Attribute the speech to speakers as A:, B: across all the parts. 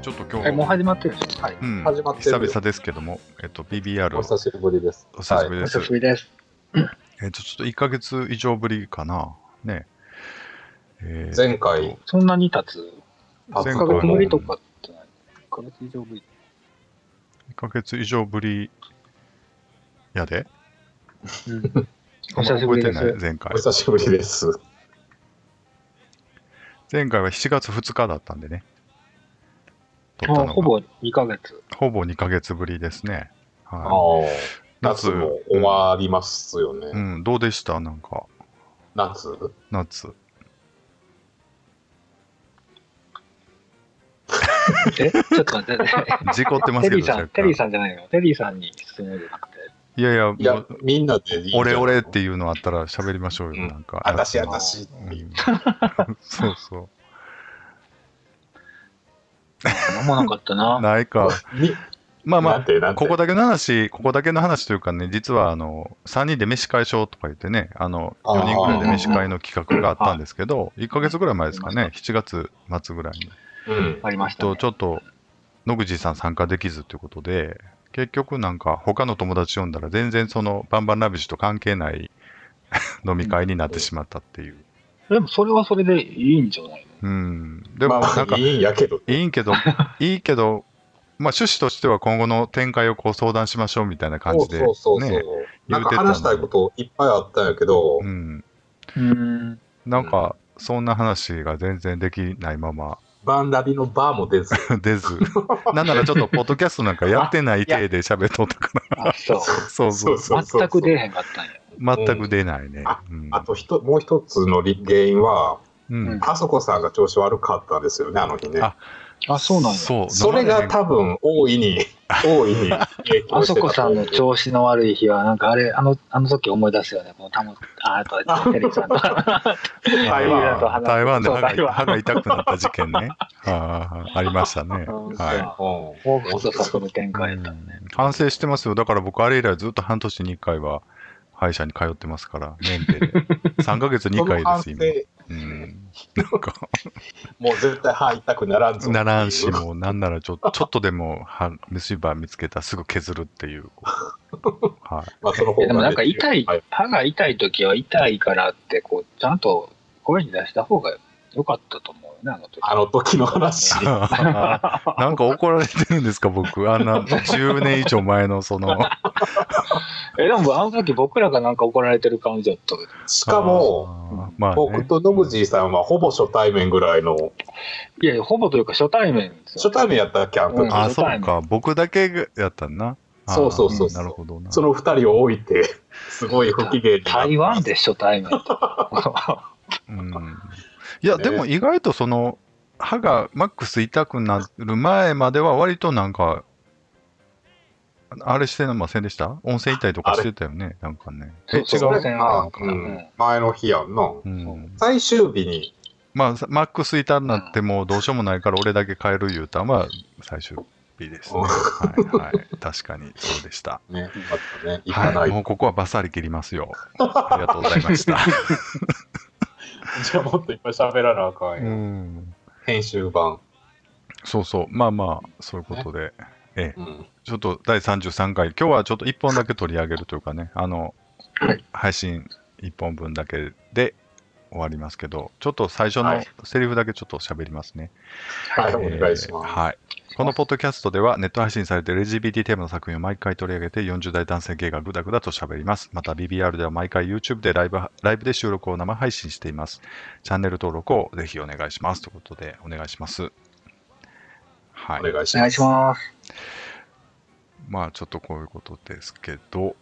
A: ちょっと今日
B: もう始まってるんですか？はい、
C: 始まってる。
A: 久々ですけども、PBR
C: お久しぶりです。
A: お久しぶりです。
B: お久しぶりです。
A: ちょっと1ヶ月以上ぶりかな。ね。
C: 前回。
B: そんなに経つ
A: ？1
B: ヶ月ぶりとかってない？1ヶ月以上ぶり。
A: 1ヶ月以上ぶりやで。
B: お久しぶりです。
A: 前回。
C: お久しぶりです。
A: 前回は7月2日だったんでね。
B: ほぼ2ヶ月。
A: ほぼ2ヶ月ぶりですね。
C: はい。夏も終わりますよね。
A: うん、どうでしたなんか。
C: 夏。
A: ちょ
B: っと待って。
A: 事故ってますけど、
B: テリーさんじゃないよ。テリーさんに質問じゃなくて。
A: いや、
C: みんなでいい。
A: 俺っていうのあったら喋りましょうよ、なんか。
C: 私っていう。
A: そうそう。
B: なんもなかったな。
A: ないか。まあ、ここだけの話というかね、実は3人で飯会しようとか言ってね、4人ぐらいで飯会の企画があったんですけど、1ヶ月ぐらい前ですかね、7月末ぐらいに。
B: ありましたね。
A: ちょっと、野口さん参加できずということで、結局なんか他の友達呼んだら全然そのバンバンラビッシュと関係ない飲み会になってしまったっていう。
B: でもそれはそれでいいんじゃない
A: の？でもなんか、
C: いいけど、
A: まあ趣旨としては今後の展開をこう相談しましょうみたいな感じで、ね。
C: なんか話したいこといっぱいあったんやけど、
A: なんかそんな話が全然できないまま。
C: バンラビのバーも出ず。
A: なんならちょっとポッドキャストなんかやってない体で喋っとったから。
B: そう全く出へんかったんや。
A: 全く出ないね。
C: あともう一つの原因は、あそこさんが調子悪かったんですよね、あの日ね。
B: そうなんや。
C: それが多分大いに影響してた。
B: あそこさんの調子の悪い日は、なんかあの時思い出すよね。このテリーさんと。
A: 台湾で歯が痛くなった事件ね。ありましたね。
B: 報復と誘う展開やったね。
A: 反省してますよ。だから僕あれ以来ずっと半年に1回は歯医者に通ってますから、メンテで。3ヶ月2回です、今。なんか
C: もう絶対歯痛くならんぞ。
A: ならんし、もうなんならちょっとでも虫歯見つけたらすぐ削るっていう。
B: でもなんか歯が痛い時は痛いからってちゃんと声に出した方が良かったと思うよね、
C: あの時の話。
A: なんか怒られてるんですか、僕。あんな10年以上前のその。
B: でもあの時僕らがなんか怒られてる感じだったけど。
C: しかも、僕と野口さんはほぼ初対面ぐらいの。
B: いや、ほぼというか初対面ですよ。
C: 初対面やったっけ、あの時。
A: そうか。僕だけやったんな。
C: そう。
A: なるほどな。
C: その2人を置いて、すごい不機嫌に。
B: 台湾で初対面。
A: いや、でも意外とその、歯がマックス痛くなる前までは割となんか、あれしてませんでした？温泉行ったりとかしてたよね、なんかね。
B: 違
C: う。前の日やんな。最終日に。
A: マックス痛になってもどうしようもないから俺だけ帰る言うたんは最終日ですね。確かにそうでした。もうここはバッサリ切りますよ。ありがとうございました。
C: じゃあもっといっぱい喋らなあかんよ。編集版。
A: そう。まあ、そういうことで。ちょっと第33回、今日はちょっと1本だけ取り上げるというかね、配信1本分だけで終わりますけど、ちょっと最初のセリフだけちょっと喋りますね。
C: お願いします。
A: このポッドキャストではネット配信されている LGBT テーマの作品を毎回取り上げて40代男性芸がぐだぐだと喋ります。また BBR では毎回 YouTube でライブで収録を生配信しています。チャンネル登録をぜひお願いします。ということでお願いします。
C: お願いし
B: ます。
A: まあちょっとこういうことですけど、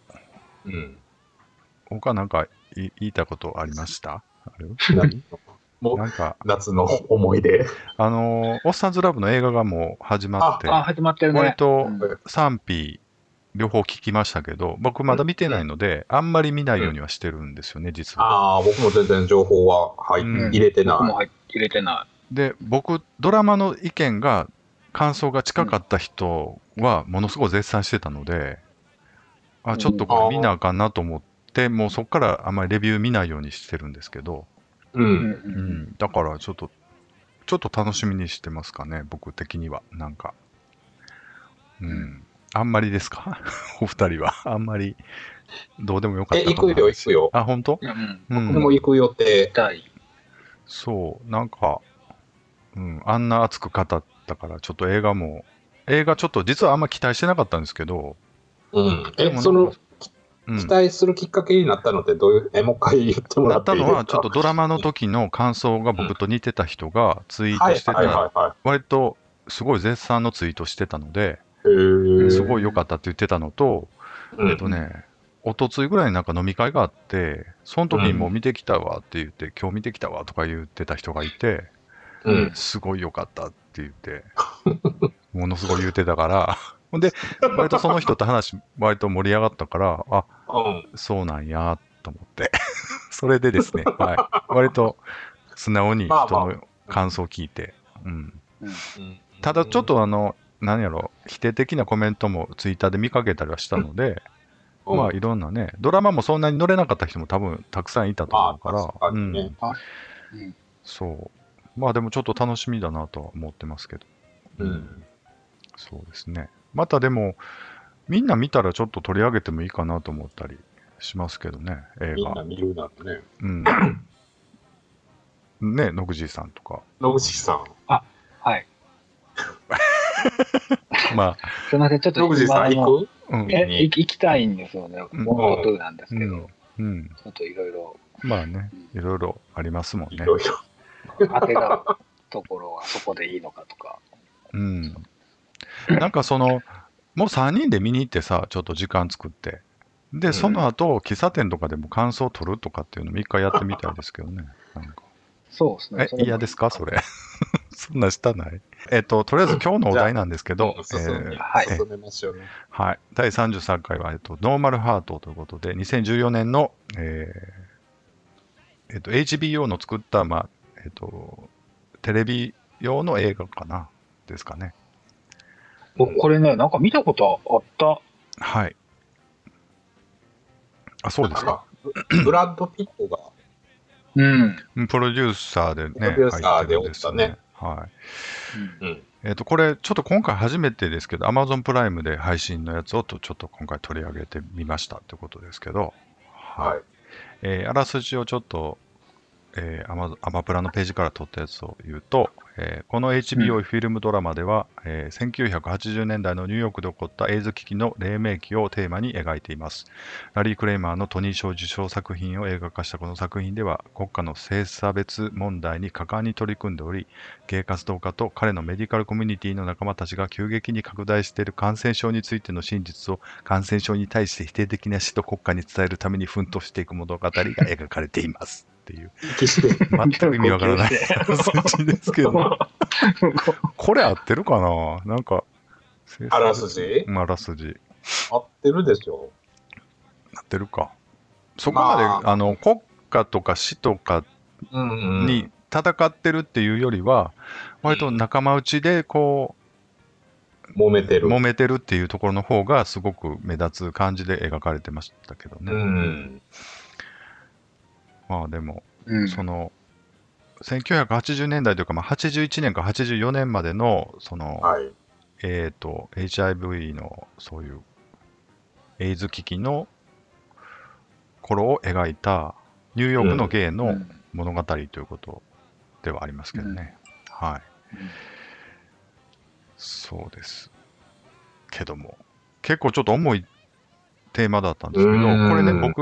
A: 他なんか言いたいことありました？
C: なんか夏の思い出。
A: おっさんずラブの映画がもう始まって、
B: 始まってるね。
A: 割と賛否両方聞きましたけど、僕まだ見てないので、あんまり見ないようにはしてるんですよね、実は。
C: 僕も全然情報は入れてない。
B: 僕も入れてない。
A: で、僕、ドラマの意見が、感想が近かった人は、ものすごい絶賛してたので、ちょっとこれ見なあかんなと思って、もうそこからあんまりレビュー見ないようにしてるんですけど、だからちょっと、 ちょっと楽しみにしてますかね、僕的には。なんか。あんまりですかお二人は。あんまり、どうでもよかったかな。
C: 行くよ、行くよ。
A: あ、本当？
C: 僕も行く予定。
A: そう、なんか、あんな熱く語ったから、ちょっと映画ちょっと実はあんま期待してなかったんですけど、
C: 期待するきっかけになったのってどういう、もう一回言ってもらっていいですか？
A: なったのは、ちょっとドラマの時の感想が僕と似てた人がツイートしてた、割とすごい絶賛のツイートしてたので、すごい良かったって言ってたのと、おとついぐらいになんか飲み会があって、その時にもう見てきたわって言って、今日見てきたわとか言ってた人がいて、すごい良かったって言って、ものすごい言ってたから、ほんで、割とその人と話、割と盛り上がったから、そうなんやと思って、それでですね、割と素直に人の感想を聞いて、ただちょっと何やろ、否定的なコメントもツイッターで見かけたりはしたので、まあいろんなね、ドラマもそんなに乗れなかった人も多分たくさんいたと思うから、そう。まあでもちょっと楽しみだなとは思ってますけど。そうですね。またでも、みんな見たらちょっと取り上げてもいいかなと思ったりしますけどね、映画。
C: みんな見るならね。
A: ね、野口さんとか。
C: 野口さん。
B: はい。
A: まあ。
B: すみません、ちょっと
C: 野口さん行く？
B: 行きたいんですよね。もうなんですけど。ちょっといろいろ。
A: まあね、いろいろありますもんね。
C: いろいろ。
B: 当てがところはそこでいいのかとか。
A: なんかもう3人で見に行ってさ、ちょっと時間作って。で、その後、喫茶店とかでも感想を取るとかっていうのも一回やってみたいですけどね。なんか
B: そうです
A: ね。嫌ですかそれ。そんなしたない。とりあえず今日のお題なんですけど、
C: 進めましょうね。
A: はい。第33回は、ノーマルハートということで、2014年の、HBO の作った、テレビ用の映画かな、ですかね。
B: これね、なんか見たことあった。
A: はい。あ、そうですか。
C: ブラッド・ピットが。
A: プロデューサーでね、
C: プロデューサーでおったね。
A: はい。これ、ちょっと今回初めてですけど、Amazon プライムで配信のやつをちょっと今回取り上げてみましたということですけど、
C: はい。
A: あらすじをちょっと、アマプラのページから撮ったやつを言うと、この HBO フィルムドラマでは、1980年代のニューヨークで起こったエイズ危機の黎明期をテーマに描いています。ラリー・クレイマーのトニー賞受賞作品を映画化したこの作品では、国家の性差別問題に果敢に取り組んでおり、ゲイ活動家と彼のメディカルコミュニティの仲間たちが急激に拡大している感染症についての真実を感染症に対して否定的な死と国家に伝えるために奮闘していく物語が描かれています。っていう全く意味わからない話ですけどこれ合ってるかな。なんか
C: あらすじ
A: あらすじ
C: 合ってるでしょ。
A: 合ってるか。そこまで、国家とか死とかに戦ってるっていうよりは、割と仲間内でこ
C: う揉め
A: てるっていうところの方がすごく目立つ感じで描かれてましたけどね。まあでも、その1980年代というか、81年から84年までのHIV のそういうエイズ危機の頃を描いたニューヨークのゲイの物語ということではありますけどね。はい。そうですけども、結構ちょっと重いテーマだったんですけど、これね、僕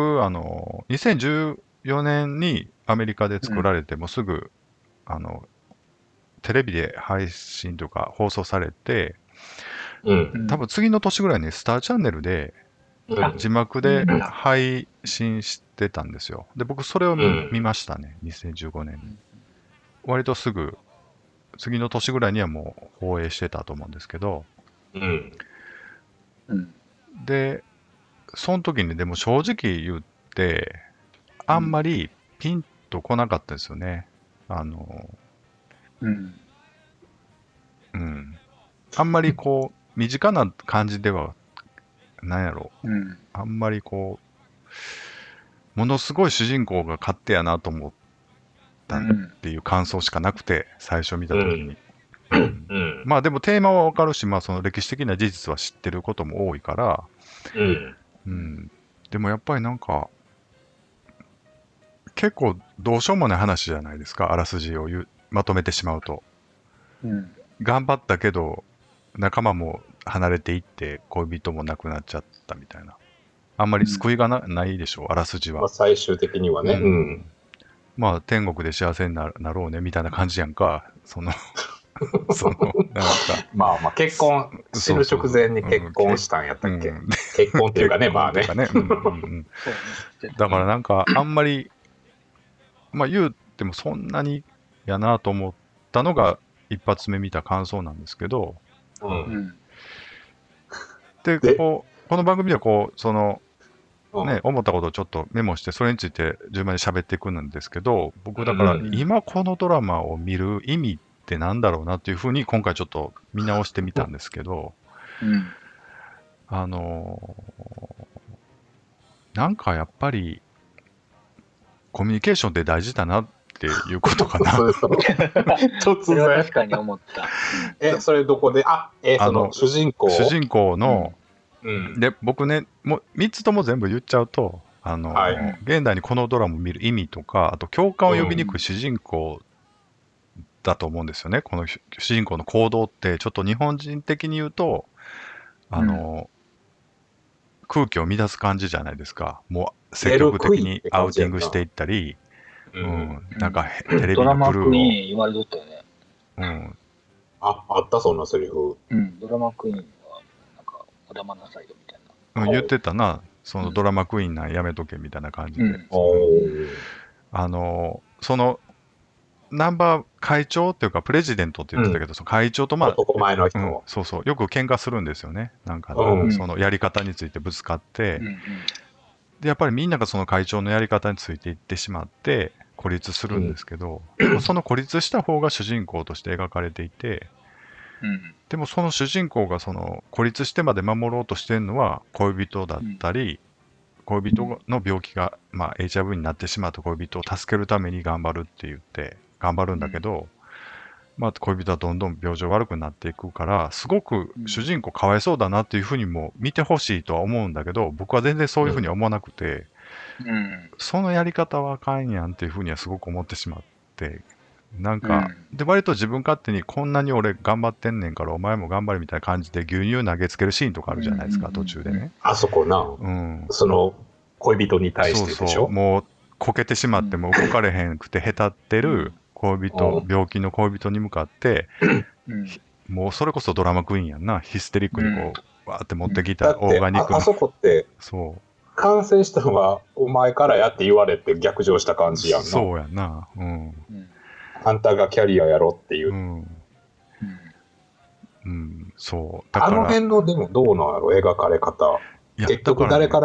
A: 2014年にアメリカで作られて、もうすぐテレビで配信というか放送されて、多分次の年ぐらいにスターチャンネルで字幕で配信してたんですよ。で、僕それを見ましたね、2015年に。割とすぐ、次の年ぐらいにはもう放映してたと思うんですけど、で、その時にでも正直言って、あんまりピンとこなかったですよね。あんまりこう、身近な感じでは、なんやろ、あんまりこう、ものすごい主人公が勝手やなと思っったっていう感想しかなくて、最初見たときに。まあでもテーマはわかるし、まあその歴史的な事実は知ってることも多いから、でもやっぱりなんか、結構どうしようもない話じゃないですか、あらすじをまとめてしまうと。頑張ったけど、仲間も離れていって、恋人も亡くなっちゃったみたいな。あんまり救いがないでしょう、あらすじは。
C: まあ、最終的にはね。
A: まあ、天国で幸せになろうねみたいな感じやんか。なんか。
C: まあ、結婚、死ぬ直前に結婚したんやったっけ。結婚っていうかね、まあね。
A: だからなんか、あんまり、まあ言うてもそんなにやなと思ったのが、一発目見た感想なんですけど、で、この番組では思ったことをちょっとメモして、それについて順番に喋っていくんですけど、僕だから今このドラマを見る意味ってなんだろうなっていうふうに今回ちょっと見直してみたんですけど、なんかやっぱりコミュニケーションって大事だなっていうことかな。
B: 突然。確かに思った。
C: それどこで、その主人
A: 公の、で、僕ね、もう3つとも全部言っちゃうと、現代にこのドラマを見る意味とか、あと共感を呼びにくい主人公だと思うんですよね。この主人公の行動って、ちょっと日本人的に言うと、空気を乱す感じじゃないですか。もう積極的にアウティングしていったり、なんかテレビのブルーを。ド
B: ラマクイーン言われとったよね。
C: あったそんなセリフ。
B: ドラマクイーンは、なんか、おだまなさいよみたいな。
A: 言ってたな、そのドラマクイーンなんやめとけみたいな感じで。その、ナンバー会長っていうか、プレジデントって言ってたけど、その会長と
C: 男前の人、
A: そうそう、よく喧嘩するんですよね。なんか、そのやり方についてぶつかって、で、やっぱりみんながその会長のやり方についていってしまって、孤立するんですけど、その孤立した方が主人公として描かれていて、でもその主人公がその孤立してまで守ろうとしてるのは恋人だったり、恋人の病気が、HIV になってしまった恋人を助けるために頑張るって言って頑張るんだけど、恋人はどんどん病状悪くなっていくから、すごく主人公かわいそうだなっていうふうにも見てほしいとは思うんだけど、僕は全然そういうふうには思わなくて、そのやり方はあかんやんっていうふうにはすごく思ってしまって、なんか、で割と自分勝手にこんなに俺頑張ってんねんからお前も頑張れみたいな感じで牛乳投げつけるシーンとかあるじゃないですか、途中でね。
C: あそこな、その恋人に対してでしょ。
A: もうこけてしまっても動かれへんくてへたってる恋人、病気の恋人に向かって、もうそれこそドラマクイーンやんな、ヒステリックにこうわーって持ってきたオーガニックの。
C: あそこって感染したのはお前からやって言われて逆上した感じやんな。
A: そうやんな。
C: あんたがキャリアやろっていう。
A: そう。
C: だからあの辺のでもどうなんやろ、描かれ方。結局誰から、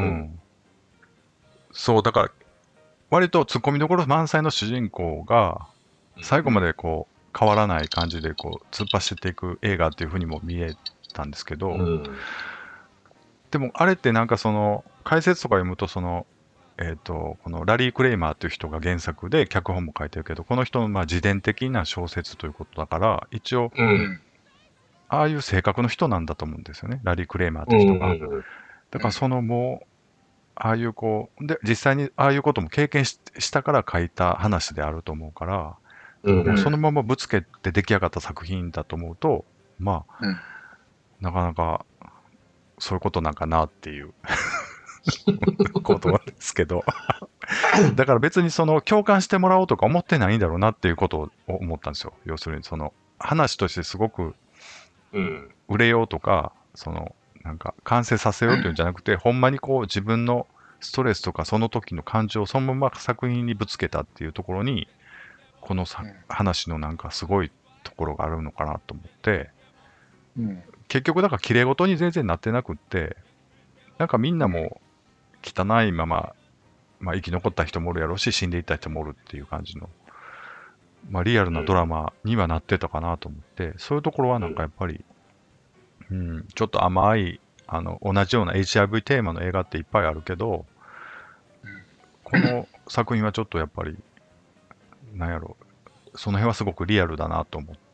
A: そう、だから割とツッコミどころ満載の主人公が最後までこう変わらない感じでこう突っ走っていく映画っていう風にも見えたんですけど、でもあれってなんかその解説とか読むとそのこのラリー・クレイマーという人が原作で脚本も書いてるけど、この人の自伝的な小説ということだから、一応、ああいう性格の人なんだと思うんですよね、ラリー・クレイマーという人が。だからそのもう、ああいうこう、で、実際にああいうことも経験したから書いた話であると思うから、もうそのままぶつけて出来上がった作品だと思うと、なかなかそういうことなんかなっていう。ことなんですけどだから別にその共感してもらおうとか思ってないんだろうなっていうことを思ったんですよ。要するにその話としてすごく売れようとか、そのなんか完成させようというんじゃなくて、ほんまにこう自分のストレスとかその時の感情をそのまま作品にぶつけたっていうところに、この話のなんかすごいところがあるのかなと思って、結局だから綺麗事に全然なってなくって、なんかみんなも汚いまま、生き残った人もおるやろうし、死んでいった人もおるっていう感じの、リアルなドラマにはなってたかなと思って、そういうところはなんかやっぱり、ちょっと甘い、同じような HIV テーマの映画っていっぱいあるけど、この作品はちょっとやっぱり、 なんやろ、その辺はすごくリアルだなと思って、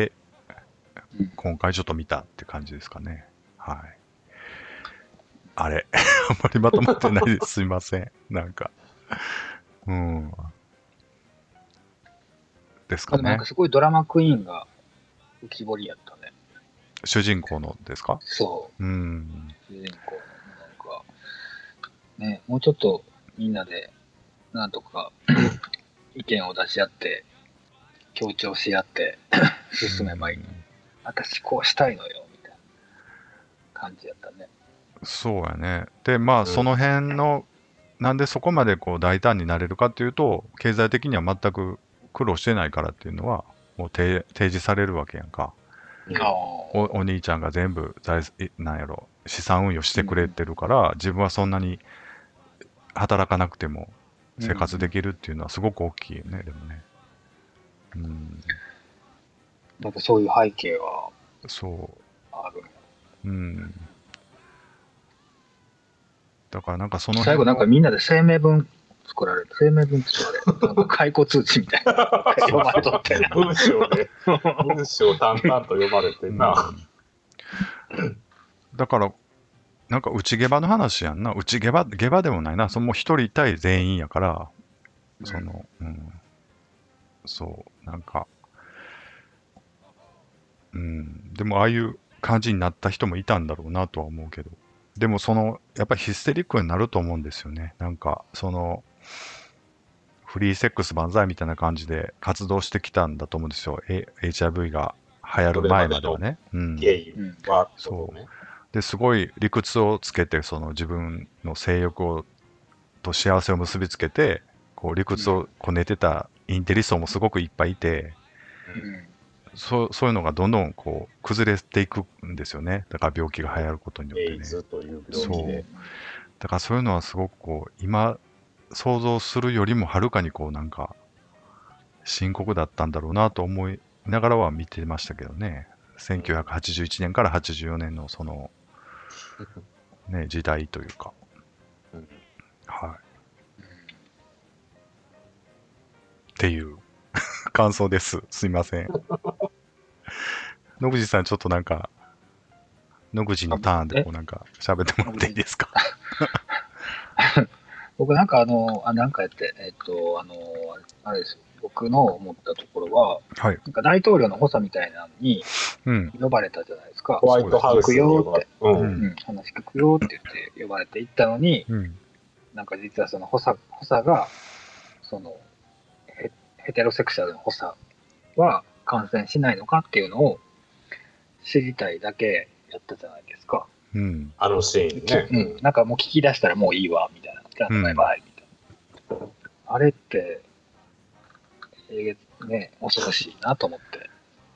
A: 今回ちょっと見たって感じですかね。はい。あれあんまりまとまってないです。すいません。なんか。うん。ですかね。
B: なんかすごいドラマクイーンが浮き彫りやったね。
A: 主人公のですか？
B: そう。
A: うん。
B: 主人公のなんか、ね、もうちょっとみんなで、なんとか意見を出し合って、協調し合って進めばいい。私こうしたいのよ、みたいな感じやったね。
A: そうやね。で、まあ、その辺の、なんでそこまでこう大胆になれるかっていうと、経済的には全く苦労してないからっていうのは、もう提示されるわけやんか。お兄ちゃんが全部なんやろ、資産運用してくれてるから、自分はそんなに働かなくても生活できるっていうのはすごく大きいよね、でもね。
B: なんかそういう背景はある。
A: うん。だからなんかその
B: 最後なんかみんなで声明文作られなんか解雇通知みたいな読まれとってな。
C: 文章淡々と読まれてな。
A: だからなんか内ゲバの話やんな。ゲバでもないな。そのもう一人対全員やから、そう、なんか、でもああいう感じになった人もいたんだろうなとは思うけど。でもやっぱりヒステリックになると思うんですよね。なんか、フリーセックス万歳みたいな感じで活動してきたんだと思うんですよ。HIV が流行る前まではね。そう。で、すごい理屈をつけて、自分の性欲と幸せを結びつけて、こう理屈をこねてたインテリ層もすごくいっぱいいて、そういうのがどんどんこう崩れていくんですよね。だから病気が流行ることによってね。
C: エイズという病気で。
A: だからそういうのはすごくこう今想像するよりもはるかにこうなんか深刻だったんだろうなと思いながらは見てましたけどね。1981年から84年のね、時代というか。はい。っていう感想です。すいません。野口さん、ちょっとなんか、野口のターンでこうなんか喋ってもらっていいですか？
B: 僕なんかなんかやって、あれですよ。僕の思ったところは、
A: はい、
B: なんか大統領の補佐みたいなのに呼ばれたじゃないですか。
C: ホワイトハウスに
B: 呼ばれて、話聞くよって言って呼ばれて行ったのに、なんか実はその補佐が、ヘテロセクシャルの補佐は感染しないのかっていうのを知りたいだけやったじゃないですか。
C: あのシーンね。
B: なんかもう聞き出したらもういいわ、みたいな。じゃあバイバイ、みたいな。あれって、ね、恐ろしいなと思って。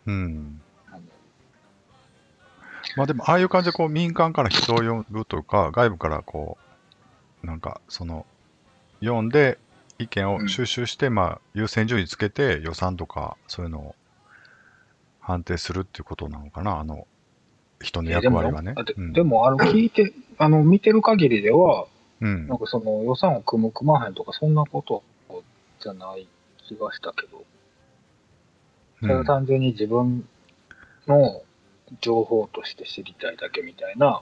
A: まあでも、ああいう感じでこう民間から人を呼ぶというか、外部からこう、なんか読んで意見を収集して、まあ優先順位つけて予算とかそういうのを判定するっていうことなのかな、人の役割はね。
B: でも、見てる限りでは、なんか予算を組まへんとか、そんなことじゃない気がしたけど、ただ単純に自分の情報として知りたいだけみたいな。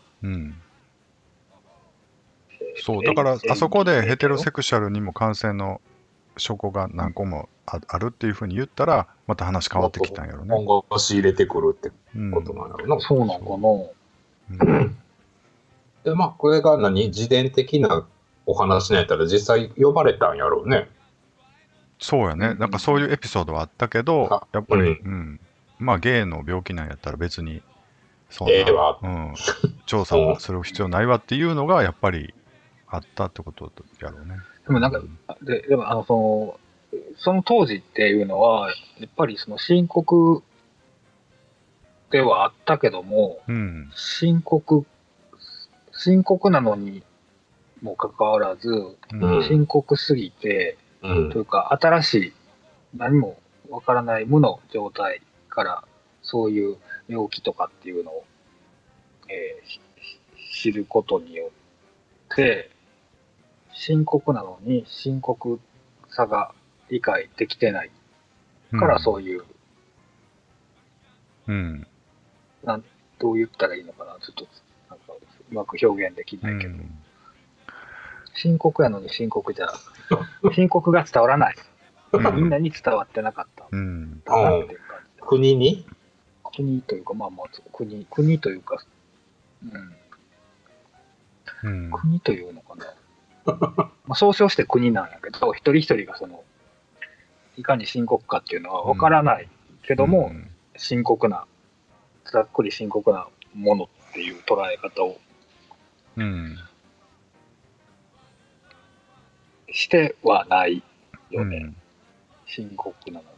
A: そう、だから、あそこでヘテロセクシャルにも感染の証拠が何個もあるっていうふうに言ったら、また話変わってきたんやろね。
C: 今後仕入れてくるってことなんだろうな。
B: そうなのかな。
C: で、まあ、これが自伝的なお話なんやったら実際呼ばれたんやろうね。
A: そうやね。なんかそういうエピソードはあったけど、やっぱり、まあ、ゲイの病気なんやったら別に、そんな、調査をする必要ないわっていうのが、やっぱりあったってことやろうね。
B: でもなんか、でもその当時っていうのは、やっぱり深刻ではあったけども、深刻なのにもかかわらず、深刻すぎて、というか、新しい何もわからない無の状態からそういう病気とかっていうのを、知ることによって深刻なのに深刻さが理解できてないからそういう、どう言ったらいいのかな、ちょっとなんかうまく表現できないけど、深刻やのに深刻が伝わらない。みんなに伝わってなかった。だなっていう感じ。国というか、国というか、国というのかな。総称して国なんやけど、一人一人がいかに深刻かっていうのは分からないけども、ざっくり深刻なものっていう捉え方をしてはないよね。深刻なのに。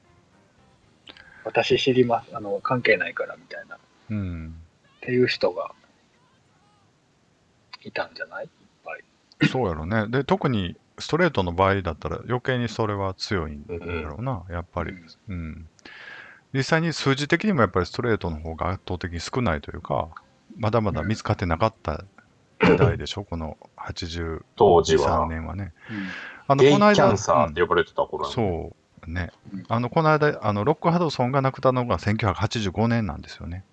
B: 私知ります、関係ないからみたいな。っていう人がいたんじゃない？いっぱい。
A: そうやろね。で、特にストレートの場合だったら余計にそれは強いんだろうな、やっぱり。実際に数字的にもやっぱりストレートの方が圧倒的に少ないというか、まだまだ見つかってなかった時代でしょ、この83年はね。
C: ゲイキャンサーって呼ばれてた頃
A: そうね。この間、ロック・ハドソンが亡くなったのが1985年なんですよね。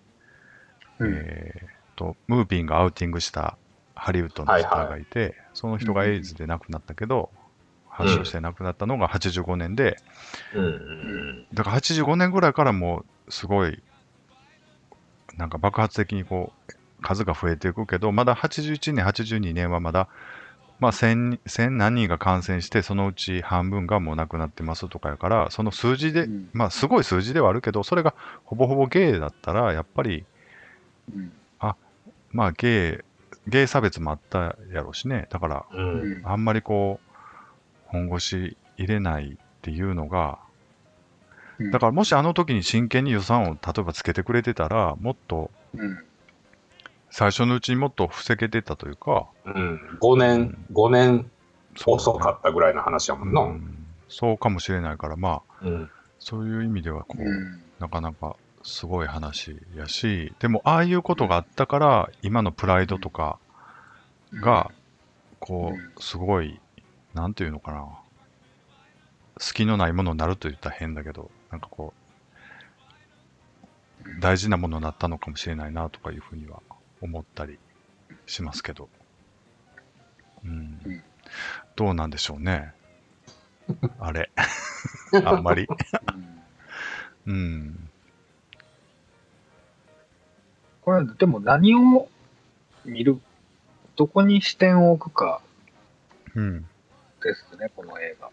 A: ムーピンがアウティングしたハリウッドのスターがいて、その人がエイズで亡くなったけど、発症して亡くなったのが85年で、だから85年ぐらいからもうすごいなんか爆発的にこう数が増えていくけど、まだ81年、82年はまだ、1000何人が感染して、そのうち半分がもう亡くなってますとかやから、その数字で、すごい数字ではあるけど、それがほぼほぼゲイだったら、やっぱり、ゲイ差別もあったやろうしね。だから、あんまりこう、本腰入れないっていうのが、だからもしあの時に真剣に予算を例えばつけてくれてたら、もっと、最初のうちにもっと防げてたというか、
C: 5年遅かったぐらいの話やもんな。
A: そうかもしれないから、そういう意味ではこう、なかなかすごい話やし、でもああいうことがあったから、今のプライドとかが、こう、すごい、なんていうのかな、隙のないものになると言ったら変だけど、なんかこう、大事なものになったのかもしれないなとかいうふうには思ったりしますけど。どうなんでしょうね。あれ。あんまり。
B: これ、でも何を見る、どこに視点を置くかですね、この映画。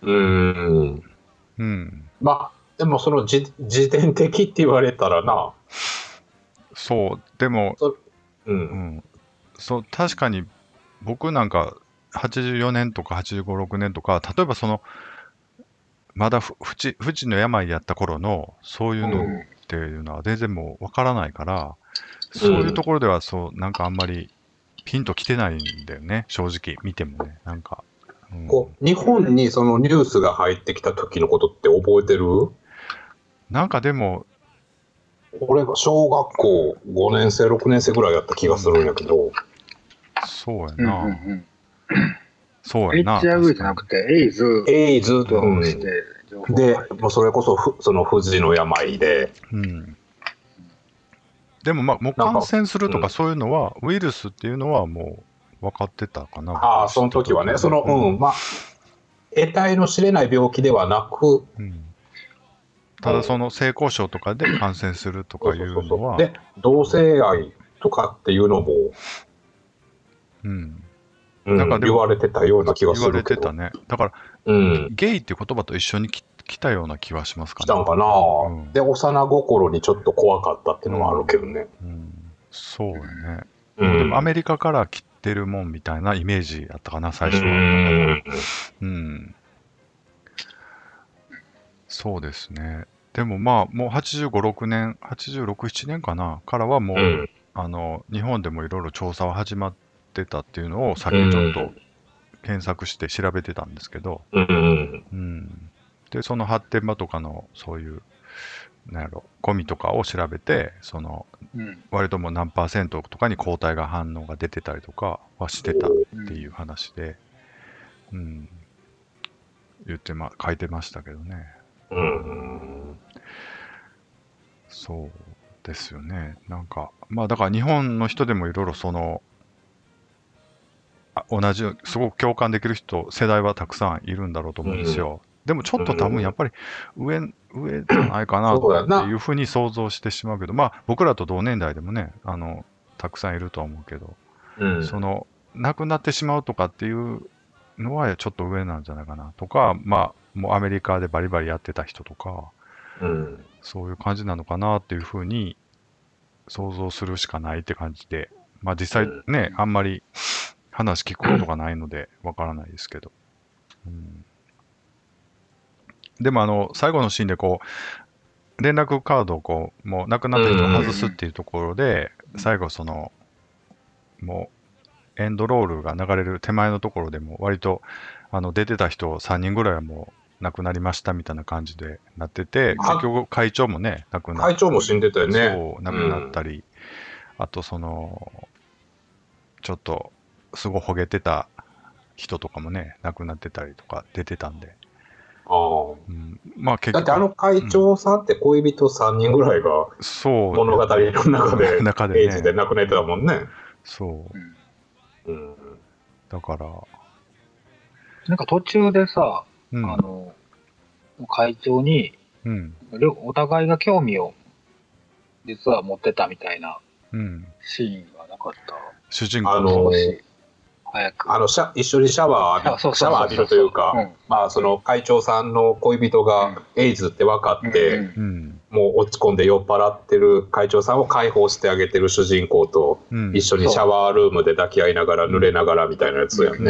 C: でもその自伝的って言われたらな。
A: そう、でも、そう、確かに僕なんか84年とか85、6年とか、例えばまだ不治の病やった頃のそういうのっていうのは全然もうわからないから、そういうところではなんかあんまりピンときてないんだよね、正直見てもね、なんか。
C: 日本にそのニュースが入ってきた時のことって覚えてる？
A: なんかでも、
C: 俺が小学校5年生、6年生ぐらいやった気がするんやけど。
A: そうやな。そうやな。
B: HIV じゃなくて、エイズとして、
C: で、もうそれこそその不治の病で。
A: でももう感染するとかそういうのは、ウイルスっていうのはもう分かってたかな。
C: その時はね、得体の知れない病気ではなく、
A: ただその性交渉とかで感染するとかいうのは。
C: で、同性愛とかっていうのも、なんか言われてたような気がするけど。
A: 言われてたね。だから、ゲイっていう言葉と一緒に来たような気はしますかね。
C: 来たんかな、で、幼心にちょっと怖かったっていうのはあるけどね。
A: そうやね。でもアメリカから来てるもんみたいなイメージやったかな、最初は。そうですね。でももう85、6年、86、7年かなからはもう、日本でもいろいろ調査は始まってたっていうのをさっきちょっと検索して調べてたんですけど、で、その発展場とかのそういう、ゴミとかを調べて、割ともう何%とかに抗体が反応が出てたりとかはしてたっていう話で、 書いてましたけどね。そうですよね。なんか、まあだから日本の人でもいろいろ同じ、すごく共感できる世代はたくさんいるんだろうと思うんですよ。でもちょっと多分やっぱり上じゃないかなっていうふうに想像してしまうけど、まあ僕らと同年代でもね、たくさんいるとは思うけど、亡くなってしまうとかっていうのはちょっと上なんじゃないかなとか、まあもうアメリカでバリバリやってた人とか、そういう感じなのかなっていうふうに想像するしかないって感じで、まあ実際ね、あんまり話聞くことがないのでわからないですけど。でも最後のシーンで連絡カードをもう亡くなった人を外すっていうところで、最後もうエンドロールが流れる手前のところでも割と出てた人3人ぐらいはもう亡くなりましたみたいな感じでなってて、結局会長もね、亡くなったり。
C: 会長も死んでたよね。
A: そう、亡くなったり、あとちょっとすごいほげてた人とかもね、亡くなってたりとか出てたんで。まあ結局
C: だって会長さんって恋人3人ぐらいが物語の中でエイジで亡くなってたもんね。
A: そう。だから。
B: なんか途中でさ、会長に、お互いが興味を実は持ってたみたいなシーンがなかった。
A: 主人公
B: 早く
C: 一緒にシャワー浴びるというか、まあその会長さんの恋人がエイズって分かって、もう落ち込んで酔っ払ってる会長さんを解放してあげてる主人公と一緒にシャワールームで抱き合いながら濡れながらみたいなやつやんね。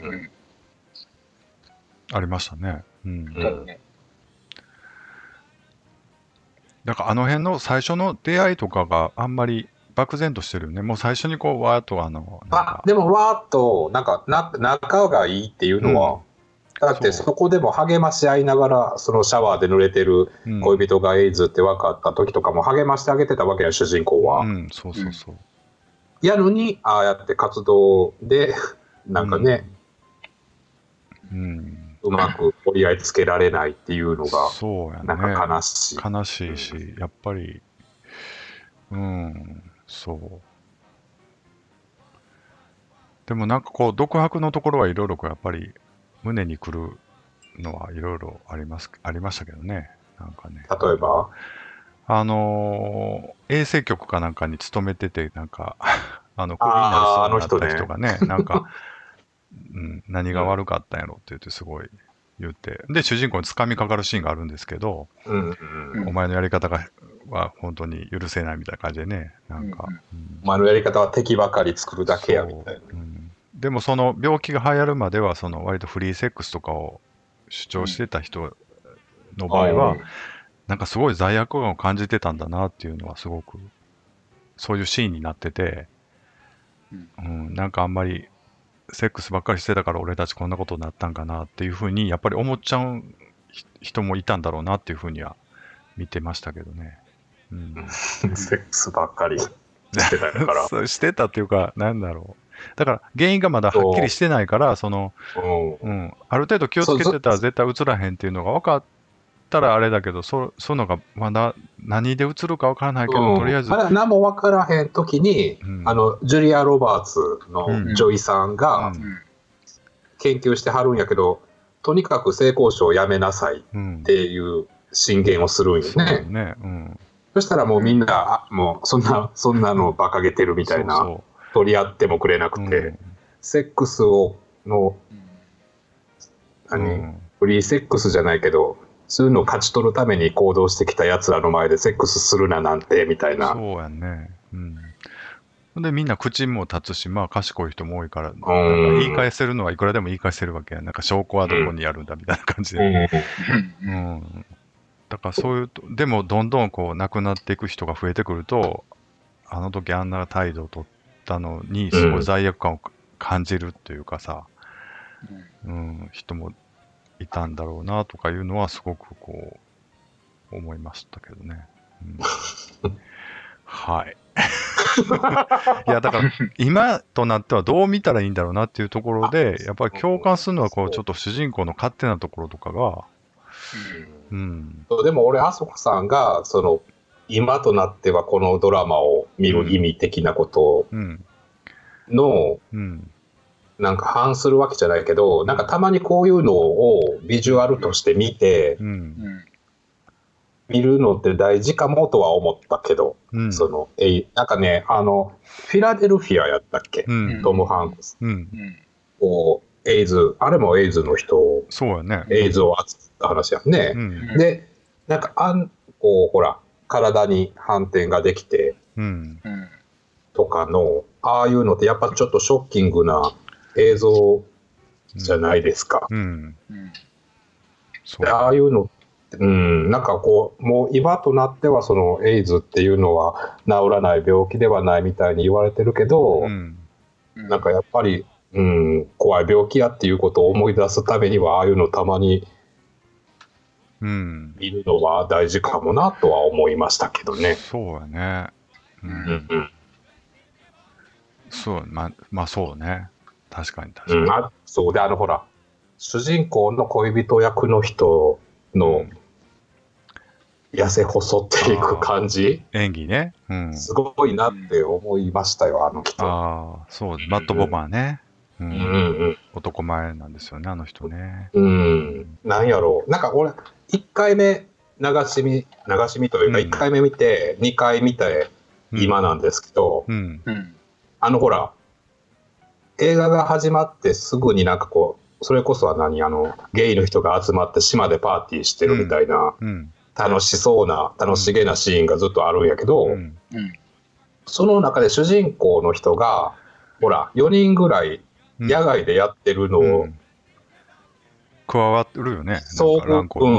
A: ありましたね。だから辺の最初の出会いとかがあんまり漠然としてるよね。もう最初にわーっと
C: でもわーっと仲がいいっていうのは、だってそこでも励まし合いながらそのシャワーで濡れてる恋人がエイズって分かった時とかも励ましてあげてたわけや、主人公は。
A: そうそうそう。
C: やのにああやって活動でなんかね、うまく折り合いつけられないっていうのがなんか悲しい。
A: 悲しいし、やっぱりそう。でもなんか独白のところはいろいろやっぱり胸にくるのはいろいろありましたけどね。なんかね。
C: 例えば
A: 衛生局かなんかに勤めてて、なんかクビになりそうになった人がね、なんか、何が悪かったんやろって言ってすごい言って、で、主人公に掴みかかるシーンがあるんですけど、お前のやり方は本当に許せないみたいな感じでね、なんか。
C: お前のやり方は敵ばかり作るだけやみたいな。
A: でもその病気が流行るまでは割とフリーセックスとかを主張してた人の場合は、なんかすごい罪悪感を感じてたんだなっていうのはすごくそういうシーンになってて、なんかあんまりセックスばっかりしてたから俺たちこんなことになったんかなっていうふうにやっぱり思っちゃう人もいたんだろうなっていうふうには見てましたけどね。
C: セックスばっかりしてたから
A: そうしてたっていうか、なんだろう。だから原因がまだはっきりしてないから、ある程度気をつけてたら絶対映らへんっていうのが分かったらあれだけど、そういうのがまだ何で映るか分からないけど、とりあえず。
C: まだ何も分からへんときに、ジュリア・ロバーツの女医さんが研究してはるんやけど、とにかく性交渉をやめなさいっていう進言をするんよね。そしたらもうみんな、もうそんなの馬鹿げてるみたいな。取り合ってもくれなくて、セックスのフリーセックスじゃないけど、そういうのを勝ち取るために行動してきたやつらの前でセックスするななんてみたいな。
A: そうやね。でみんな口も立つし、まあ賢い人も多いから、なんか言い返せるのはいくらでも言い返せるわけや。なんか証拠はどこにあるんだみたいな感じで。だからそういうでもどんどん亡くなっていく人が増えてくると、あの時あんな態度を取ったのにすごい罪悪感を感じるっていうかさ、人もいたんだろうなとかいうのはすごく思いましたけどね。はい。 いやだから今となってはどう見たらいいんだろうなっていうところで、やっぱり共感するのはこうちょっと主人公の勝手なところとかが、
C: でも俺あそこさんがその今となってはこのドラマを見る意味的なことの、なんか反するわけじゃないけど、なんかたまにこういうのをビジュアルとして見て、見るのって大事かもとは思ったけど、そのなんかね、フィラデルフィアやったっけ、トム・ハンクス。エイズ、あれもエイズの人、
A: そうやね。
C: エイズを扱った話やね。で、なんかこうほら、体に反転ができて、とかの、ああいうのってやっぱちょっとショッキングな映像じゃないですか。でああいうの、なんかこう、もう今となってはそのエイズっていうのは治らない病気ではないみたいに言われてるけど、なんかやっぱり、怖い病気やっていうことを思い出すためにはああいうのたまに見るのは大事かもなとは思いましたけどね。
A: そうやね。そう、まあそうね。確かに。
C: そうで、ほら、主人公の恋人役の人の痩せ細っていく感じ、
A: 演技ね、
C: すごいなって思いましたよ、あの人。
A: そう、マット・ボマーね。男前なんですよね、あの人ね。
C: なんやろう、なんか俺、1回目流し見というか、1回目見て、2回見て、今なんですけど、ほら、映画が始まってすぐになんかこう、それこそはゲイの人が集まって島でパーティーしてるみたいな、楽しげなシーンがずっとあるんやけど、その中で主人公の人が、ほら、4人ぐらい野外でやってるのを、
A: 加わるよね。
C: そう、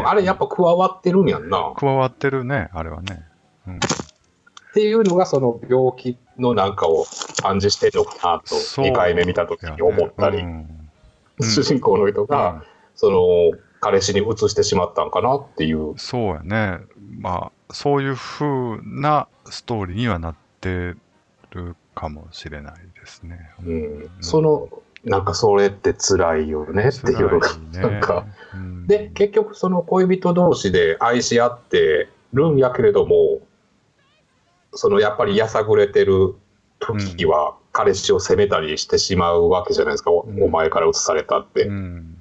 C: あれやっぱ加わってるんやんな。
A: 加わってるね、あれはね。
C: っていうのがその病気のなんかを暗示してるのかなと2回目見た時に思ったり、主人公の人がその彼氏に移してしまったんかなっていう。
A: そうやね。まあそういう風なストーリーにはなってるかもしれないですね。
C: そのなんかそれって辛いよねっていうのが、なんか、で結局その恋人同士で愛し合ってるんやけれども、そのやっぱりやさぐれてる時は彼氏を責めたりしてしまうわけじゃないですか、お前から移されたって、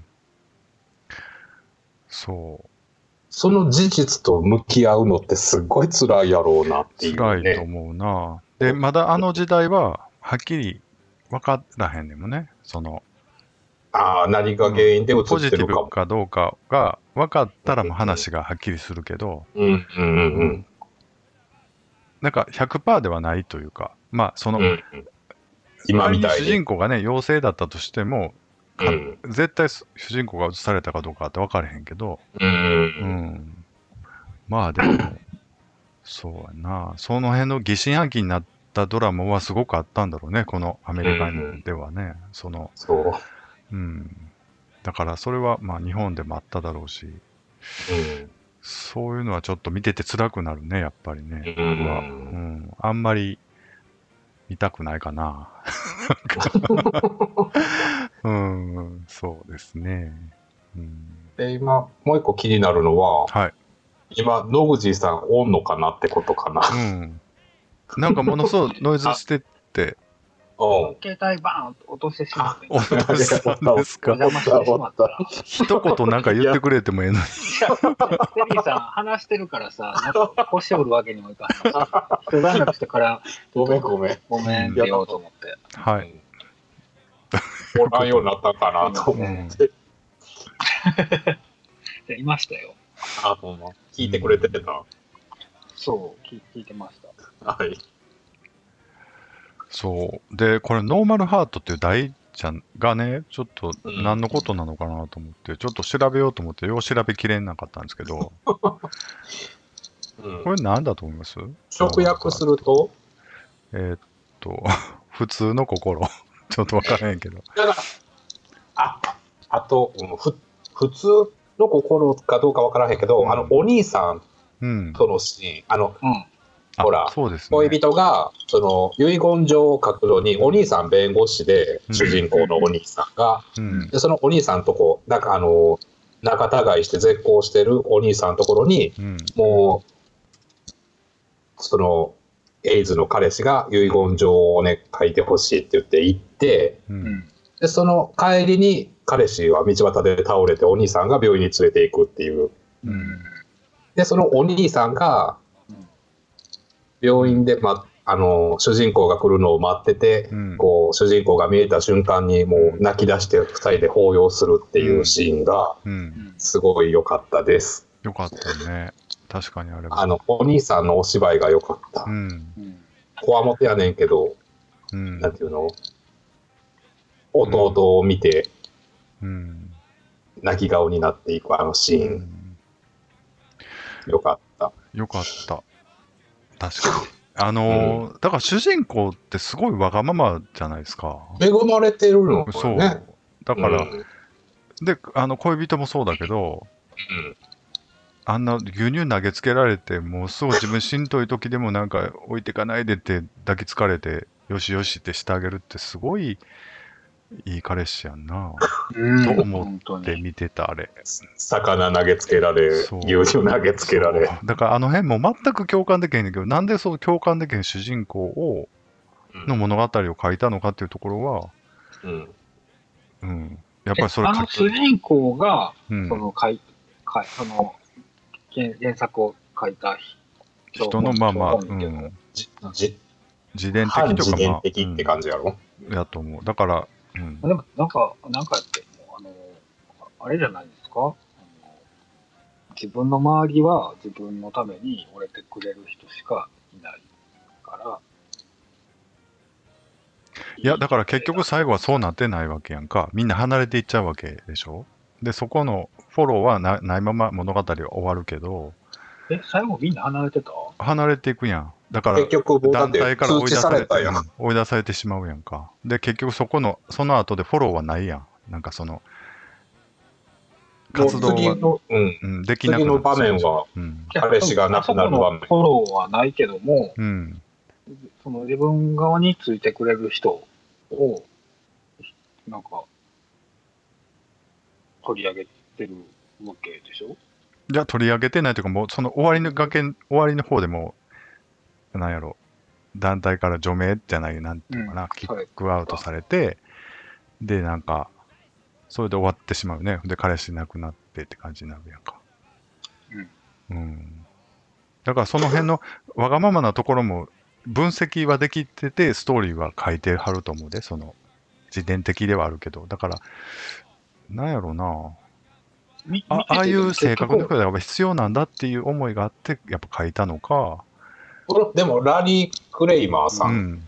C: その事実と向き合うのってすごい辛いやろうなっていうね。
A: 辛いと思うな。でまだあの時代ははっきり分からへんねんもんね。その
C: 何が原因で移ってるかも、
A: ポジティブかどうかが分かったらもう話がはっきりするけど、なんか 100% ではないというか、まあその、
C: 今みたいに
A: 主人公がね陽性だったとしても、絶対主人公が移されたかどうかって分からへんけど、まあでもそうやな、その辺の疑心暗鬼になったドラマはすごくあったんだろうね、このアメリカではね。だからそれはまあ日本でもあっただろうし、そういうのはちょっと見てて辛くなるね、やっぱりね。あんまり見たくないかな。そうですね。
C: で今もう一個気になるのは、今野口さんおんのかなってことかな。
A: なんかものすごいノイズしてて。
B: 携帯バーンと落としてしまって。
A: お邪魔してしまった。一言なんか言ってくれてもええのに。
B: テリーさん話してるからさ、なんか腰折るわけにもいかないし、一段落してから
C: ごめん
B: って言おうと思って。
A: はい。
C: おらんようになったかなと思って。
B: いましたよ。
C: ほんま。聞いてくれてた。
B: そう聞いてました。
C: はい。
A: そうでこれノーマルハートっていう大ちゃんがね、ちょっと何のことなのかなと思って、ちょっと調べようと思ってよう調べきれなかったんですけど、これ何だと思います？
C: 直訳すると
A: 普通の心ちょっと分からへんけど、
C: だからあと普通の心かどうか分からへんけど、お兄さんとのシーン、 ほら、
A: そうですね、
C: 恋人が、その、遺言状を書くのに、お兄さん弁護士で、主人公のお兄さんが、で、そのお兄さんとこ、なんか仲違いして絶交してるお兄さんのところに、もう、その、エイズの彼氏が遺言状をね、書いてほしいって言って行って、で、その帰りに彼氏は道端で倒れてお兄さんが病院に連れて行くっていう。で、そのお兄さんが病院で、主人公が来るのを待ってて、こう、主人公が見えた瞬間にもう泣き出して2人で抱擁するっていうシーンが、すごい良かったです。
A: 良かったね。確かにあれ
C: お兄さんのお芝居が良かった。こわもてやねんけど、なんていうの、弟を見て、泣き顔になっていくあのシーン。よかった。
A: よかった。確かに。だから主人公ってすごいわがままじゃないですか。
C: 恵まれてるのね。
A: そう。だから、で、恋人もそうだけど、あんな牛乳投げつけられて、もうすごい自分しんどい時でもなんか置いてかないでって抱きつかれて、よしよしってしてあげるってすごいいい彼氏やんなと思って見てたあれ。
C: 魚投げつけられ、牛乳投げつけられ。
A: だからあの辺も全く共感できへんねんけど、なんでそう共感できへん主人公の物語を書いたのかっていうところは、やっぱりそれ
B: 主人公が、原作を書いた
A: 人の自伝的とか
C: 自伝的って感じやろ、
A: やと思う。だから、
B: でもなんかってあれじゃないですか。自分の周りは自分のために折れてくれる人しかいないから。
A: いやだから結局最後はそうなってないわけやんか。みんな離れていっちゃうわけでしょ。でそこのフォローはないまま物語は終わるけど。
B: 最後みんな離れてた？
A: 離れていくやん。だから
C: 結局
A: 団体から追い出されてしまうやんか。で結局その後でフォローはないやん。なんかその活動はできなくなる。
C: 次の場面は彼氏が亡くなる場面。
B: フォローはないけども、その自分側についてくれる人をなんか取り上げてるわけでしょ？
A: じゃあ取り上げてないというか、もうその終わりの方でもなんやろ、団体から除名じゃない、なんていうのかな、キックアウトされて、でなんかそれで終わってしまうね。で彼氏亡くなってって感じになるやんか。だからその辺のわがままなところも分析はできてて、ストーリーは書いてはると思うで、その自伝的ではあるけど、だからなんやろうな。ああいう性格の人が必要なんだっていう思いがあってやっぱ書いたのか。
C: でもラリー・クレイマーさん、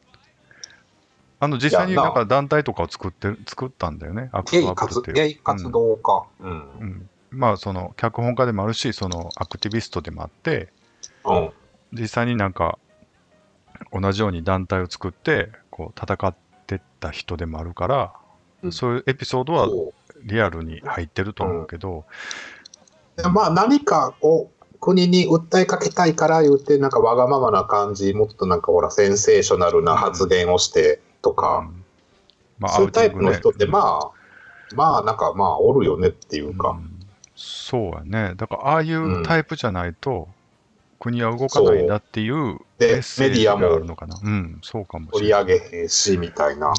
A: 実際になんか団体とかを作ったんだよね。アクトアップっていう
C: ゲイ活動家、
A: まあその脚本家でもあるし、そのアクティビストでもあって、実際になんか同じように団体を作ってこう戦ってった人でもあるから、そういうエピソードはリアルに入ってると思うけど、
C: まあ何かを国に訴えかけたいから言ってなんかわがままな感じ、もっとなんかほらセンセーショナルな発言をしてとか、そういうタイプの人ってまあなんかまあおるよねっていうか、
A: そうやね。だからああいうタイプじゃないと国は動かないんだっていうメッセージがあるのかな。そうかもしれない。
C: 取り上げへんしみたいな。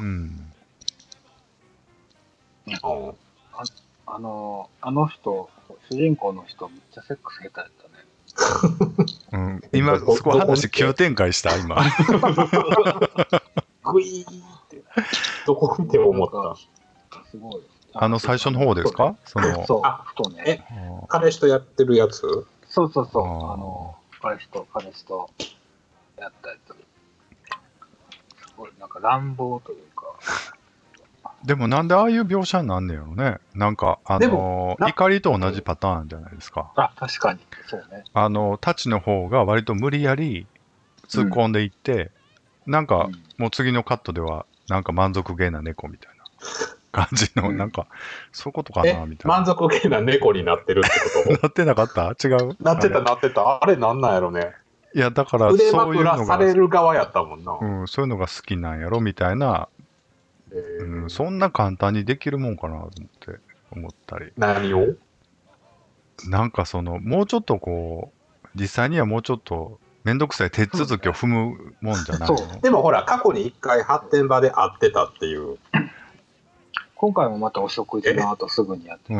B: あの人、主人公の人、めっちゃセックス下手やったね。
A: 今、そこ話急展開した、今。
C: グイーって、どこ見ても思った。
B: すごい。
A: 最初の方ですか？
B: そう、ふとね。
C: 彼氏とやってるやつ？
B: そう。彼氏とやったやつ。すごい、なんか乱暴というか。
A: でもなんでああいう描写になんねやろね。なんか怒りと同じパターンじゃないですか。
B: 確かにそうね。
A: タチの方が割と無理やり突っ込んでいって、なんかもう次のカットではなんか満足げな猫みたいな感じの、なんかそういうことかなみたいな。
C: 満足げな猫になってるってこと？
A: なってなかった？違う？
C: なってた。あれなんなんやろね。
A: いや、だから
C: 腕
A: そういうの
C: 枕され
A: が、
C: る側やったもんな。
A: うん、そういうのが好きなんやろみたいな、うん、そんな簡単にできるもんかなと思ったり。
C: 何を？
A: なんかもうちょっとこう、実際にはもうちょっとめんどくさい手続きを踏むもんじゃないの？
C: でもほら、過去に一回発展場で会ってたっていう。
B: 今回もまたお食事の後すぐにやって、
A: うん。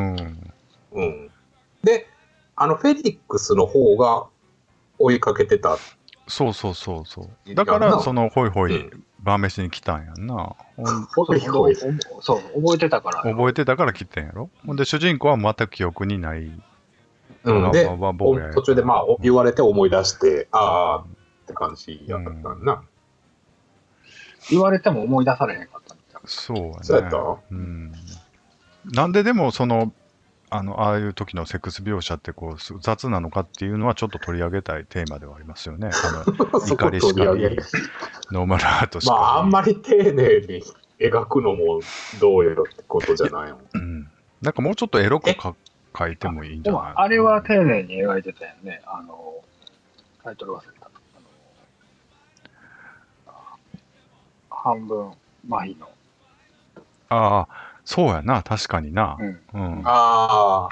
C: うん。で、フェリックスの方が追いかけてた。
A: そうそうそうそう。だから、ホイホイ晩飯に来たんやんな。
B: そう、覚えてたから。
A: 覚えてたから来てんやろ。ほんで、主人公は全く記憶にない。
C: うん、で、途中でまあ言われて思い出して、ああって感じやったんな。
B: 言われても思い出されへんかったみたいな。
A: そうやね。
C: そうやった？
A: うん。なんででも、ああいう時のセックス描写ってこう雑なのかっていうのはちょっと取り上げたいテーマではありますよね。怒りしかり、ノーマルアートしかり。
C: まあ、あんまり丁寧に描くのもどうよってことじゃないの。
A: うん。なんかもうちょっとエロく書いてもいいんじゃない？
B: あれは丁寧に描いてたよね。タイトル忘れた。半分麻痺の。
A: ああ、そうやな、確かにな。
B: うん。
C: ああ。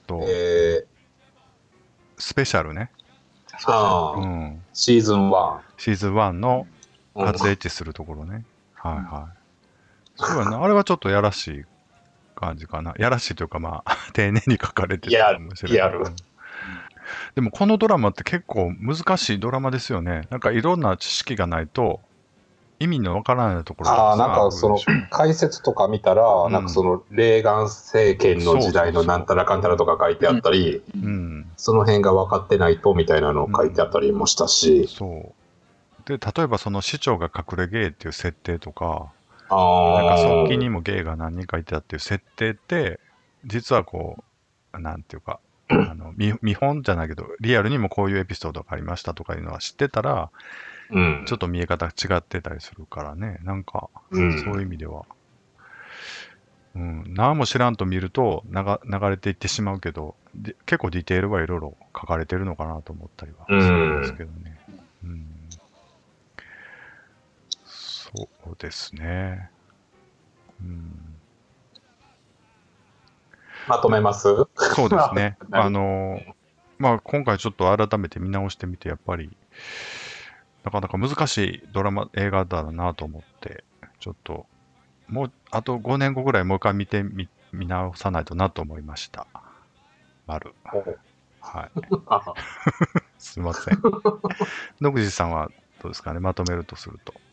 A: スペシャルね。
C: ああ。うん。シーズン1。
A: シーズン1の初エッチするところね。はいはい。そうやな、あれはちょっとやらしい感じかな。やらしいというか、まあ、丁寧に書かれてたかもしれない。
C: やる。
A: でもこのドラマって結構難しいドラマですよね。なんかいろんな知識がないと意味のわからないところが
C: なんか解説とか見たら、なんかレーガン政権の時代のなんたらかんたらとか書いてあったり、その辺が分かってないとみたいなの書いてあったりもしたし。
A: そう。で、例えば市長が隠れゲイっていう設定とか、なんか側近にもゲイが何人かいたっていう設定って、実はこう、なんていうか、見本じゃないけど、リアルにもこういうエピソードがありましたとかいうのは知ってたら、ちょっと見え方違ってたりするからね。なんか、そういう意味では。何も知らんと見ると流れていってしまうけど、結構ディテールはいろいろ書かれてるのかなと思ったりはするんですけどね。そうですね。
C: まとめます？
A: そうですね。まあ、今回ちょっと改めて見直してみて、やっぱり、なかなか難しい映画だなと思って、ちょっと、もう、あと5年後ぐらいもう一回見直さないとなと思いました。丸。はい。すいません。野口さんはどうですかね、まとめるとすると。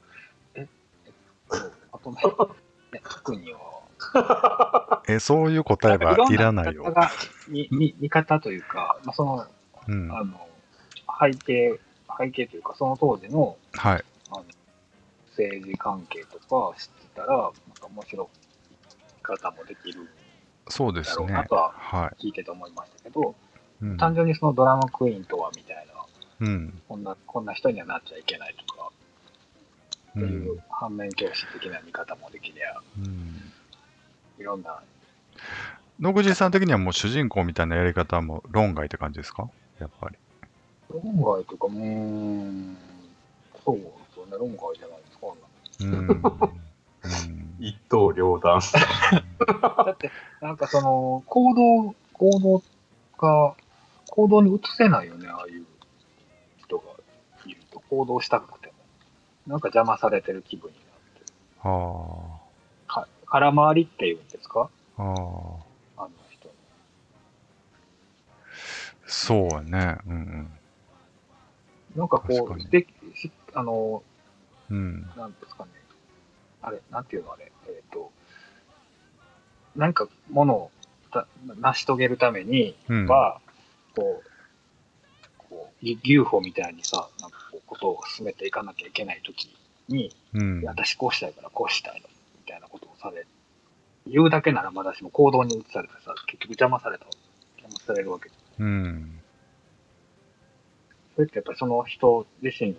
B: まとめる特には。
A: そういう答えはいらないよ。
B: 見方というか、まあ、背景というか、その当時の、
A: はい、
B: 政治関係とか知ってたら、なんか面白い見方もできる
A: そうですね。
B: だろうなとは聞いてて思いましたけど、単純にそのドラマクイーンとはみたいな、こんな人にはなっちゃいけないとか、っていう反面教師的な見方もできりゃ、いろんな。
A: 野口さん的にはもう主人公みたいなやり方はもう論外って感じですか？やっぱり。
B: 論外というか、そうですよね、論外じゃないですか、
C: 一刀両断。
B: だって、なんか行動に移せないよね、ああいう人がいると、行動したくても。なんか邪魔されてる気分になって。空回りっていうんですか？あの人。
A: そうやね。
B: なんかこう、なんですかね。あれ、なんていうのあれ。何かものを成し遂げるためには、こう、UFO みたいにさ、なんかこう、ことを進めていかなきゃいけないときに、私こうしたいからこうしたいの、みたいなことを言うだけならまだしも行動に移されてさ、結局邪魔されるわけ。それってやっぱりその人自身が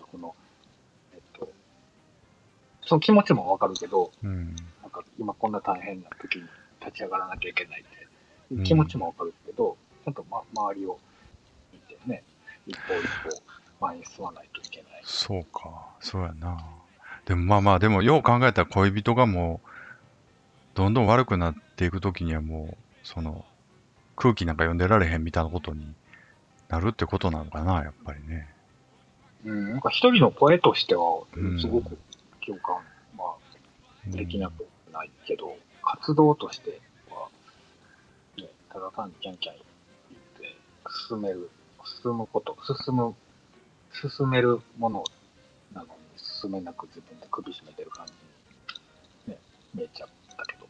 B: その気持ちもわかるけど、なんか今こんな大変な時に立ち上がらなきゃいけないって気持ちもわかるけど、ちゃんと周りを見てね、一歩一歩前に進まないといけない。
A: そうか、そうやな。でもでもよう考えたら恋人がもう、どんどん悪くなっていくときにはもう、その、空気なんか読んでられへんみたいなことになるってことなのかな、やっぱりね。
B: なんか一人の声としては、すごく共感、できなくないけど、活動としては、ね、ただ単にキャンキャン言って進めるものなのに進めなく自分で首絞めてる感じに、ね、見えちゃったけど。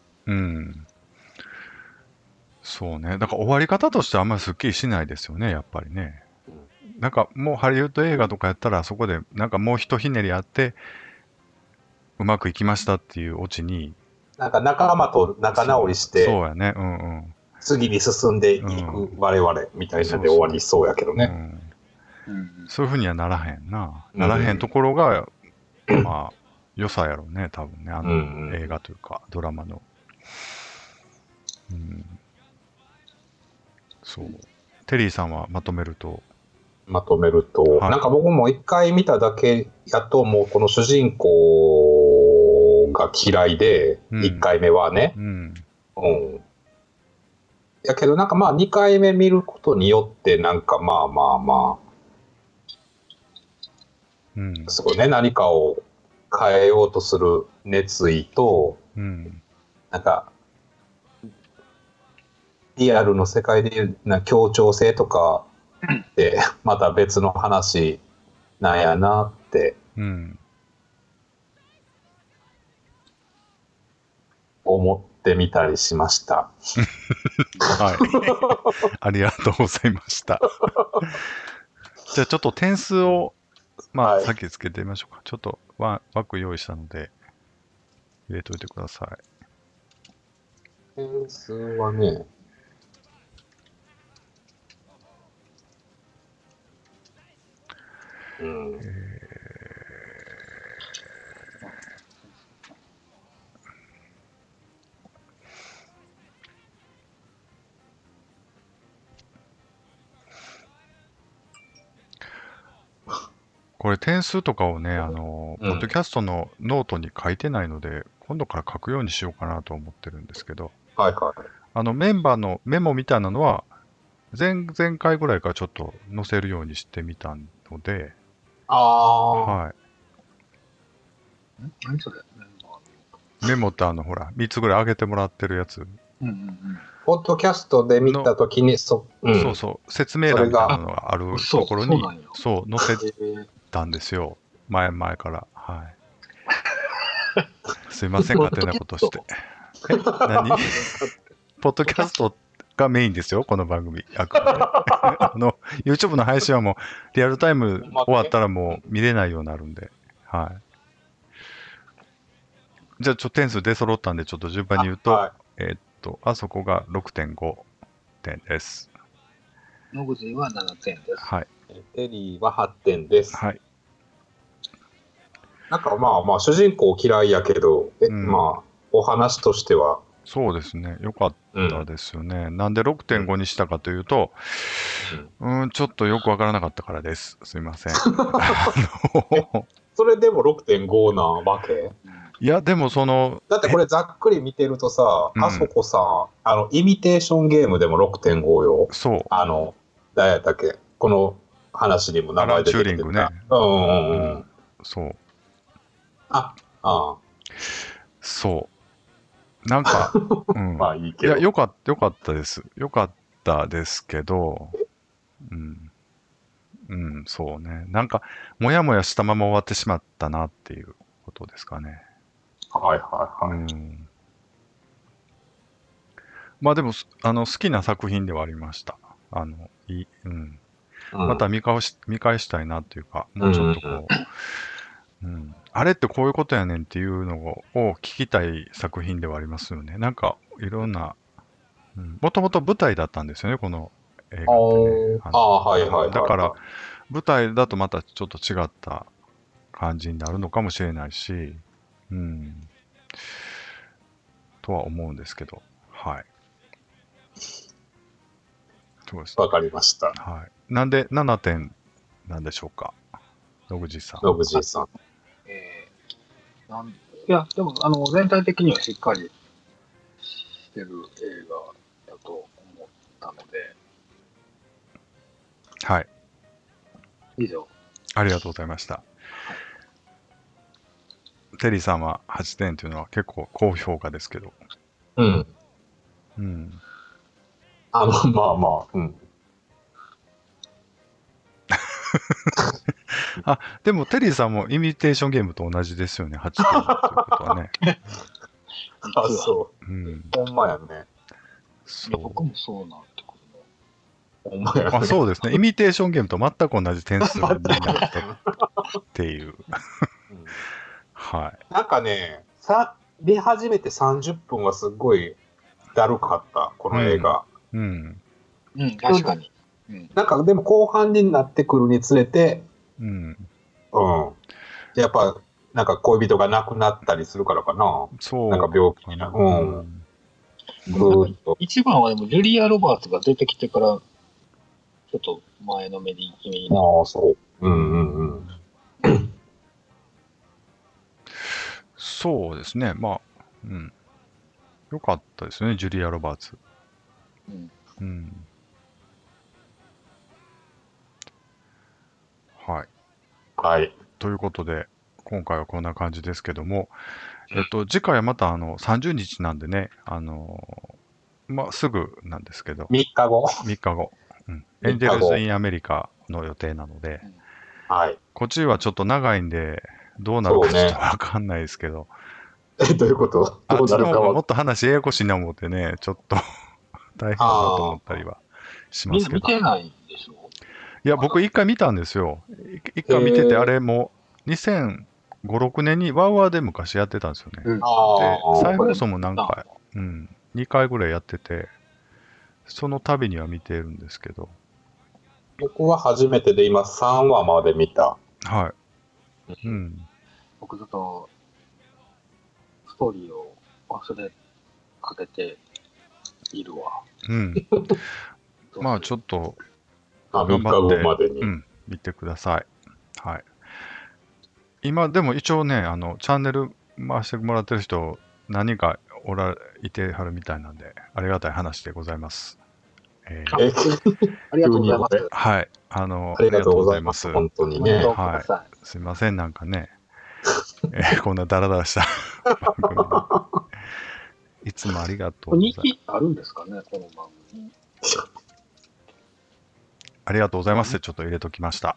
A: そうね。だから終わり方としてはあんまりすっきりしないですよね、やっぱりね。なんかもうハリウッド映画とかやったらそこでなんかもうひとひねりあってうまくいきましたっていうオチに
C: なんか仲間と仲直りして
A: そうやね、
C: 次に進んでいく我々みたいなで終わりそうやけどね。
A: そういうふうにはならへんな。ならへんところがまあ良さやろうね、多分ね、あの映画というかドラマの。そう。テリーさんはまとめると、
C: なんか僕も一回見ただけやと、もうこの主人公が嫌いで、一回目はね。やけどなんか二回目見ることによって、なんかすごいね、何かを変えようとする熱意と、なんか、リアルの世界でいう協調性とかってまた別の話なんやなって思ってみたりしました。
A: はい。ありがとうございました。じゃあちょっと点数をさっきつけてみましょうか。ちょっと枠用意したので入れといてください。
C: 点数はね。
A: これ点数とかをね、ポッドキャストのノートに書いてないので、今度から書くようにしようかなと思ってるんですけど、メンバーのメモみたいなのは、前回ぐらいからちょっと載せるようにしてみたので、はい。
B: 何それ？
A: メモってほら、3つぐらい上げてもらってるやつ。
C: ポッドキャストで見たときに、
A: そうそう、説明欄みたいなのがあるところに、そう載せたんですよ。前々から。はい。すいません、勝手なことして。何ポッドキャストがメインですよ、この番組。YouTube の配信はもう、リアルタイム終わったらもう見れないようになるんで。はい。じゃあ、点数出揃ったんで、ちょっと順番に言うと、あそこが 6.5 点です。
B: 野口は7点です。
A: はい。
C: テリーは8点です。
A: はい。
C: なんか主人公嫌いやけど、お話としては。
A: そうですね。よかったですよね。なんで 6.5 にしたかというと、ちょっとよくわからなかったからです。すいません。
C: それでも 6.5 なわけ？
A: いや、でも
C: だってこれざっくり見てるとさ、あそこさ、イミテーションゲームでも 6.5 よ。
A: そう。
C: 誰やったっけ？この話にも名前出てきてた。
A: チューリングね。そう。そう。なんか、
C: いいけど。
A: いや、よかったです。よかったですけど、そうね。なんか、もやもやしたまま終わってしまったなっていうことですかね。でも、好きな作品ではありました。また見返したいなっていうか、もうちょっとこう、あれってこういうことやねんっていうのを聞きたい作品ではありますよね。なんか、いろんな、もともと舞台だったんですよね、この映画ってね。だから、舞台だとまたちょっと違った感じになるのかもしれないし、とは思うんですけど、はい。そうです。
C: わかりました。
A: はい。なんで7点なんでしょうか。野口さん。
C: 野口さん。
B: いや、でも、全体的にはしっかりしてる映画だと思ったので。
A: はい。
B: 以上。
A: ありがとうございました。テリーさんは8点というのは結構高評価ですけど。
C: うん。
A: うん。
C: まあまあ、うん。
A: あ、でもテリーさんもイミテーションゲームと同じですよね、8点ということはね。
C: あ、そう。
A: うん。
C: ほんまやね。
B: 僕もそうなってく
C: るの。ほんまやね。
A: あ、そうですね。イミテーションゲームと全く同じ点数になったっていう。はい。
C: なんかね、見始めて30分はすっごいだるかった、この映画。
B: うん。うん、確かに。
C: なんかでも後半になってくるにつれて、うん。やっぱ、なんか恋人が亡くなったりするからかな。そう。なんか病気になる。
B: 一番はでも、ジュリア・ロバーツが出てきてから、ちょっと前のめり気味になる。
C: ああ、そう。
A: そうですね。まあ、うん。よかったですね、ジュリア・ロバーツ。うん。はい。
C: はい。
A: ということで、今回はこんな感じですけども、次回はまた30日なんでね、まあ、すぐなんですけど。
C: 3日後。
A: 3日後。うん。エンジェルズ・イン・アメリカの予定なので、
C: はい。
A: こっちはちょっと長いんで、どうなるかちょっとわかんないですけど。
C: どういうことどうなるかは。
A: もっと話ややこしいな思ってね、ちょっと大変だなと思ったりはしますけど。
B: 見てないでしょ？
A: いや、僕一回見たんですよ。一回見てて、あれも2005、6年にワウワウで昔やってたんですよね。で、再放送も何回、2回ぐらいやってて、その度には見てるんですけど。
C: 僕は初めてで今3話まで見た。
A: はい。
B: 僕ちょっと、ストーリーを忘れかけているわ。
A: まあちょっと、
C: 頑張ってまでに、
A: 見てください。はい。今でも一応ね、チャンネル回してもらってる人何人かいてはるみたいなんで、ありがたい話でございます。
B: ありがとうございます。
A: はい。
C: ありがとうございます。本当にね。
A: はい。すいません、なんかね、こんなダラダラしたいつもありがとうございます。
B: 人気あるんですかね、この番組。
A: ありがとうございます。ちょっと入れときました。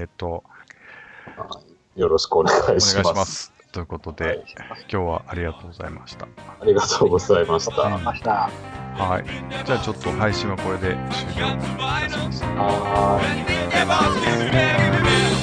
C: よろしくお願いします。
A: ということで、今日はありがとうございました。
C: ありがとうございました。
A: はい。じゃあちょっと配信はこれで終了いたします。
C: はい。